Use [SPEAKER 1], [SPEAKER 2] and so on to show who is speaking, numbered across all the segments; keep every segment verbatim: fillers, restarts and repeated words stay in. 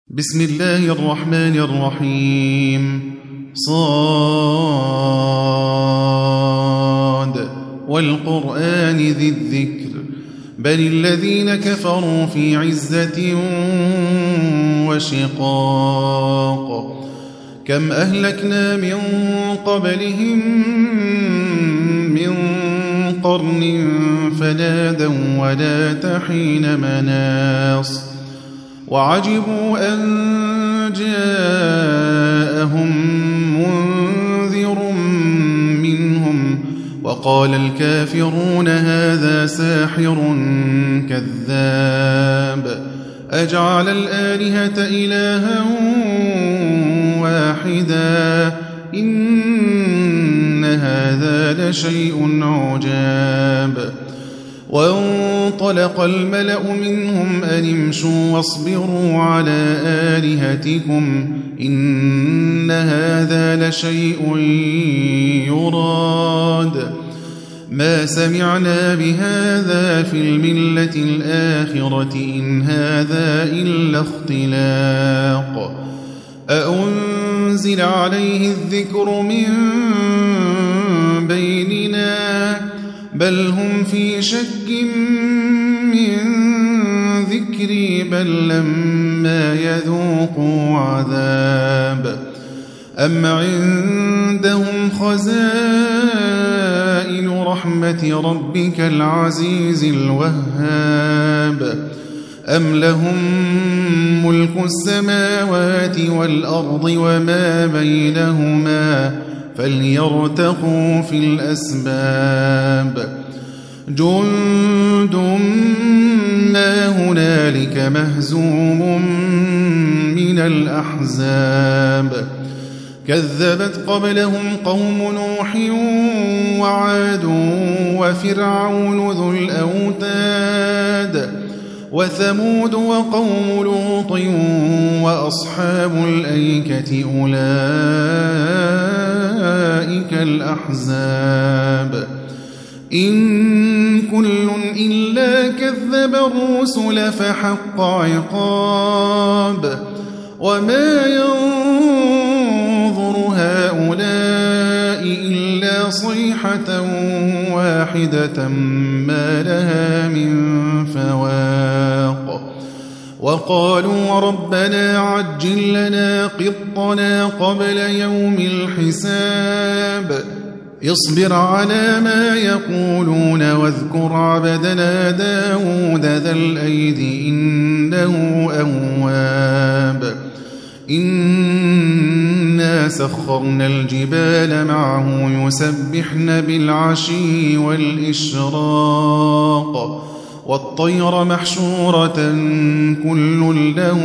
[SPEAKER 1] بسم الله الرحمن الرحيم صاد والقرآن ذي الذكر بل الذين كفروا في عزة وشقاق كم أهلكنا من قبلهم من قرن فنادوا ولا تحين مناص وعجبوا أن جاءهم منذر منهم وقال الكافرون هذا ساحر كذاب أجعل الآلهة إلها واحدا إن هذا لشيء عجاب وانطلق الملأ منهم أن امشوا واصبروا على آلهتكم إن هذا لشيء يراد ما سمعنا بهذا في الملة الآخرة إن هذا إلا اختلاق أأنزل عليه الذكر من بيننا بل هم في شك من ذكري بل لما يذوقوا عذاب أم عندهم خزائن رحمة ربك العزيز الوهاب أم لهم ملك السماوات والأرض وما بينهما فليرتقوا في الأسباب جند ما هنالك مهزوم من الأحزاب كذبت قبلهم قوم نوح وعاد وفرعون ذو الأوتاد وثمود وقوم لوط وأصحاب الأيكة أولئك الأحزاب إن كل إلا كذب الرسل فحق عقاب وما ينظر هؤلاء إلا صيحة واحدة ما لها من فواق وقالوا ربنا عجل لنا قطنا قبل يوم الحساب اصبر على ما يقولون واذكر عبدنا داود ذا الأيد إنه أواب إنا سخرنا الجبال معه يسبحن بالعشي والإشراق والطير محشورة كل له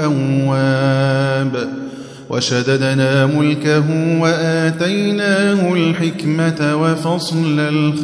[SPEAKER 1] أواب وشددنا ملكه وآتيناه الحكمة وفصل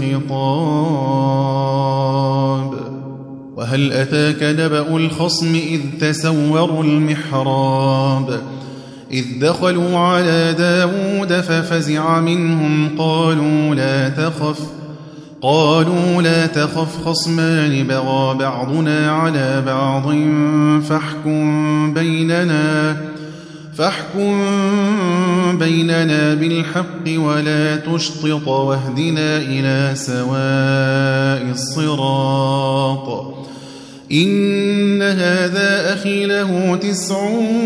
[SPEAKER 1] الخطاب وهل أتاك نبأ الخصم إذ تسوروا المحراب إذ دخلوا على داود ففزع منهم قالوا لا تخف قالوا لا تخف خصمان بغى بعضنا على بعض فاحكم بيننا فاحكم بيننا بالحق ولا تشطط واهدنا إلى سواء الصراط إن هذا أخي له تسع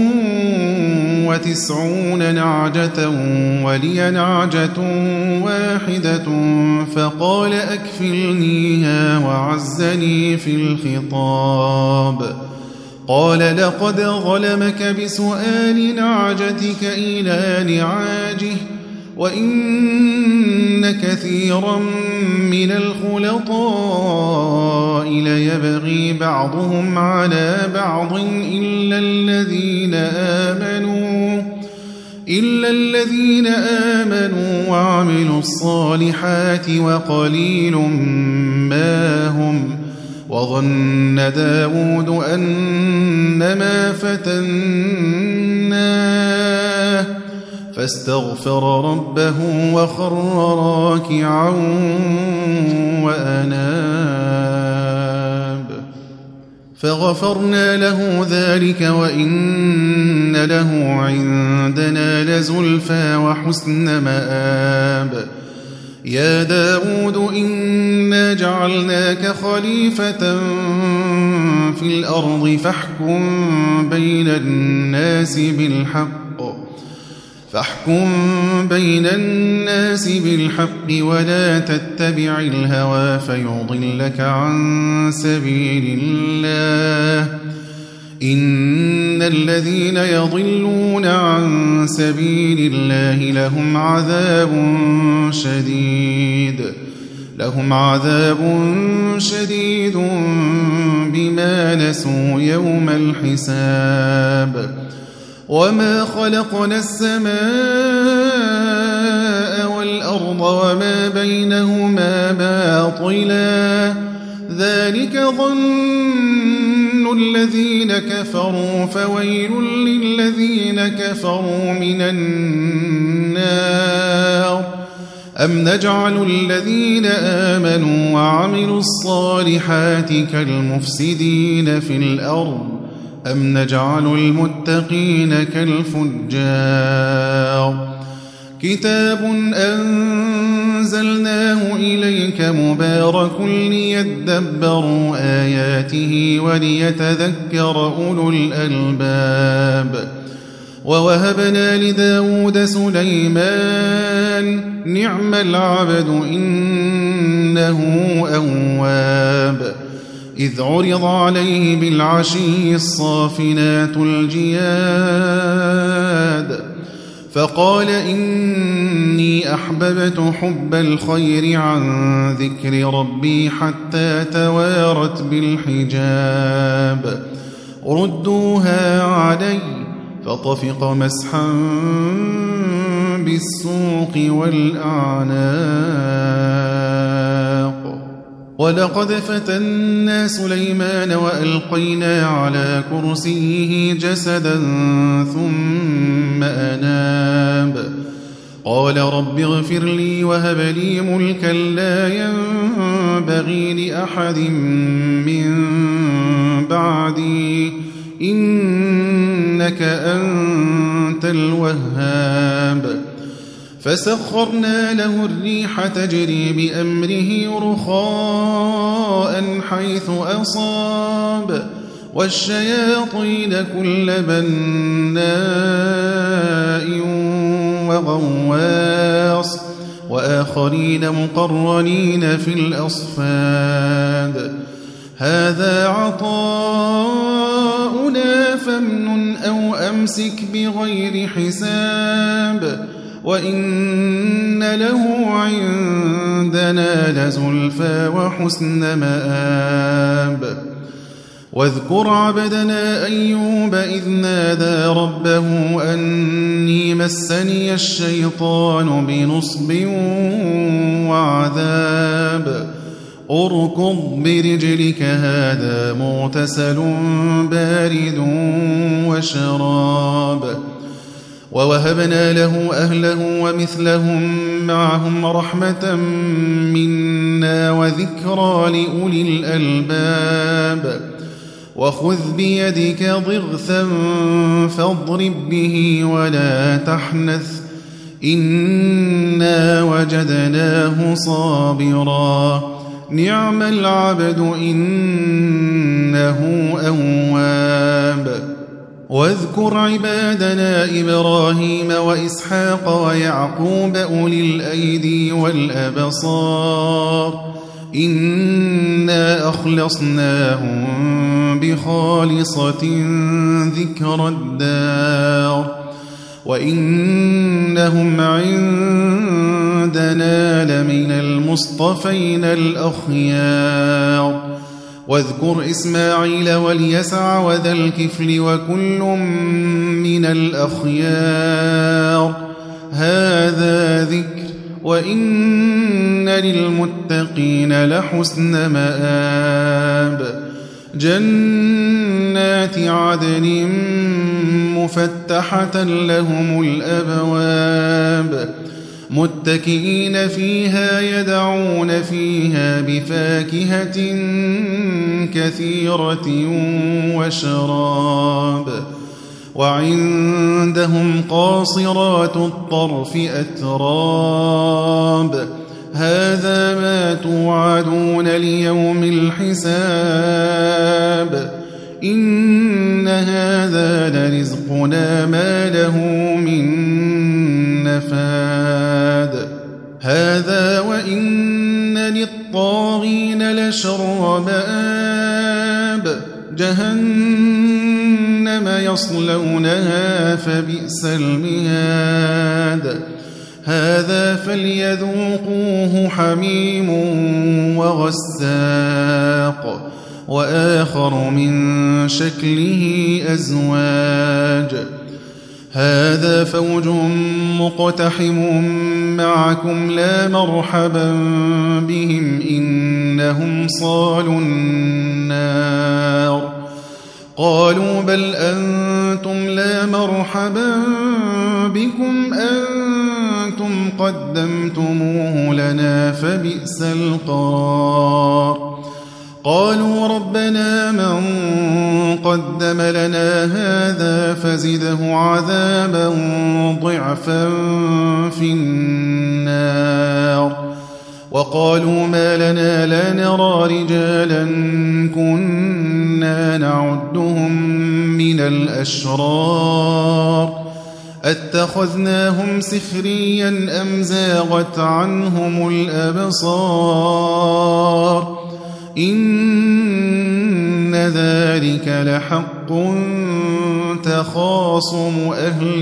[SPEAKER 1] وتسعون نعجة ولي نعجة واحدة فقال أكفلنيها وعزني في الخطاب قال لقد ظلمك بسؤال نعجتك إلى نعاجه وإن كثيرا من الخلطاء ليبغي بعضهم على بعض إلا الذين آمنوا إلا الذين آمنوا وعملوا الصالحات وقليل ما هم وظن داود أنما فتناه فاستغفر ربه وخر راكعا وأناب فغفرنا له ذلك وإن له عندنا لزلفى وحسن مآب. يا داود إنا جعلناك خليفة في الأرض فاحكم بين الناس بالحق فاحكم بين الناس بالحق ولا تتبع الهوى فيضلك عن سبيل الله. إن الذين يضلون عن سبيل الله لهم عذاب شديد لهم عذاب شديد بما نسوا يوم الحساب. وما خلقنا السماء والأرض وما بينهما باطلا ذلك ظن الذين كفروا فويل للذين كفروا من النار. أم نجعل الذين آمنوا وعملوا الصالحات كالمفسدين في الأرض أم نجعل المتقين كالفجار. كتاب أنزلناه إليك مبارك ليدبروا آياته وليتذكر أولو الألباب. ووهبنا لداود سليمان نعم العبد إنه أواب. إذ عرض عليه بالعشي الصافنات الجياد فقال إني أحببت حب الخير عن ذكر ربي حتى توارت بالحجاب. ردوها علي فطفق مسحا بالسوق والأعناق. ولقد فتنا سليمان وألقينا على كرسيه جسدا ثم أناب. قال رب اغفر لي وهب لي ملكا لا ينبغي لأحد من بعدي إنك أنت الوهاب. فسخرنا له الريح تجري بأمره رخاء حيث أصاب والشياطين كل بناء وغواص وآخرين مقرنين في الأصفاد. هذا عطاؤنا فامنن أو أمسك بغير حساب وإن له عندنا لزلفى وحسن مآب. واذكر عبدنا أيوب إذ نادى ربه أني مسني الشيطان بنصب وعذاب. اركض برجلك هذا مغتسل بارد وشراب. ووهبنا له أهله ومثلهم معهم رحمة منا وذكرى لأولي الألباب. وخذ بيدك ضغثا فاضرب به ولا تحنث إنا وجدناه صابرا نعم العبد إنه أواب. واذكر عبادنا إبراهيم وإسحاق ويعقوب أولي الأيدي والأبصار إنا أخلصناهم بخالصة ذكر الدار وإنهم عندنا لمن المصطفين الأخيار. واذكر إسماعيل واليسع وذا الكفل وكل من الأخيار هذا ذكر وإن للمتقين لحسن مآب. جنات عدن مفتحة لهم الأبواب متكئين فيها يدعون فيها بفاكهة كثيرة وشراب وعندهم قاصرات الطرف أتراب هذا ما توعدون ليوم الحساب إن هذا لرزقنا ما له من نفاد هذا وإن للطاغين لشر مآب جهنم يصلونها فبئس المهاد هذا فليذوقوه حميم وغساق وآخر من شكله أزواج هذا فوج مقتحم معكم لا مرحبا بهم إنهم صالوا النار قالوا بل أنتم لا مرحبا بكم أنتم قدمتموه لنا فبئس القرار قالوا ربنا من قدم لنا هذا فزده عذابا ضعفا في النار وقالوا ما لنا لا نرى رجالا كنا نعدهم من الأشرار أتخذناهم سخريا أم زاغت عنهم الأبصار إن ذلك لحق تخاصم أهل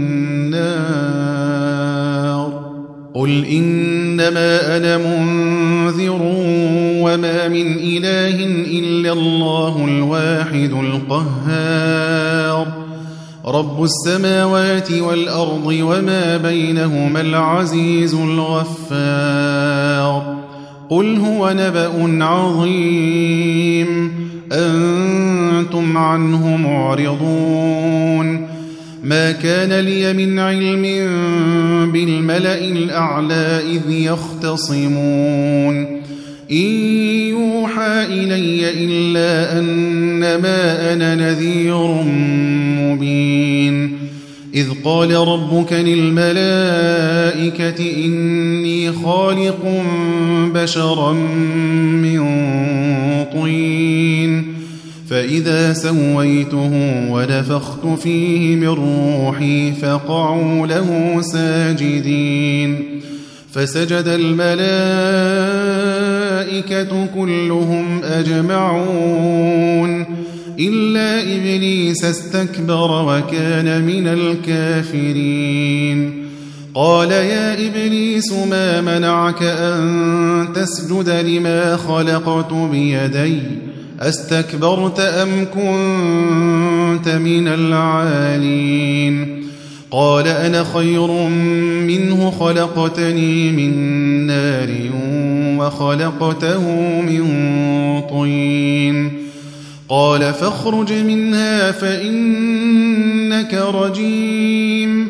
[SPEAKER 1] النار قل إنما أنا منذر وما من إله إلا الله الواحد القهار رب السماوات والأرض وما بينهما العزيز الغفار قل هو نبأ عظيم أنتم عنه معرضون ما كان لي من علم بالملأ الأعلى إذ يختصمون إن يوحى إلي إلا أنما أنا نذير مبين إذ قال ربك للملائكة إني خالق بشرا من طين فإذا سويته ونفخت فيه من روحي فقعوا له ساجدين فسجد الملائكة كلهم أجمعون إلا إبليس استكبر وكان من الكافرين قال يا إبليس ما منعك أن تسجد لما خلقت بيدي أستكبرت أم كنت من العالين قال أنا خير منه خلقتني من نار وخلقته من طين قال فاخرج منها فإنك رجيم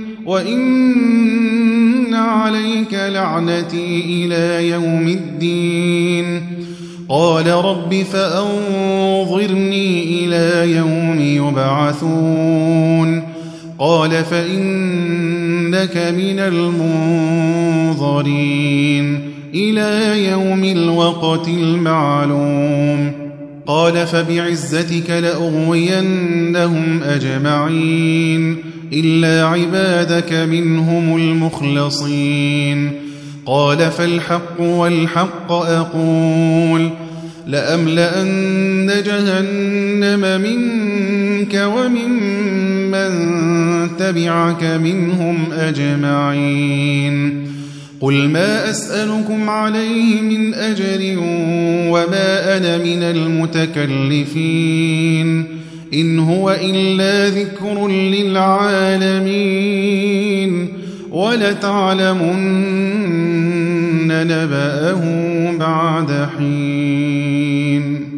[SPEAKER 1] وإن عليك لعنتي إلى يوم الدين قال رب فأنظرني إلى يوم يبعثون قال فإنك من المنظرين إلى يوم الوقت المعلوم قال فبعزتك لأغوينهم أجمعين إلا عبادك منهم المخلصين قال فالحق والحق أقول لأملأن جهنم منك وممن تبعك منهم أجمعين قل ما أسألكم عليه من أجر وما أنا من المتكلفين إن هو إلا ذكر للعالمين ولتعلمن نبأه بعد حين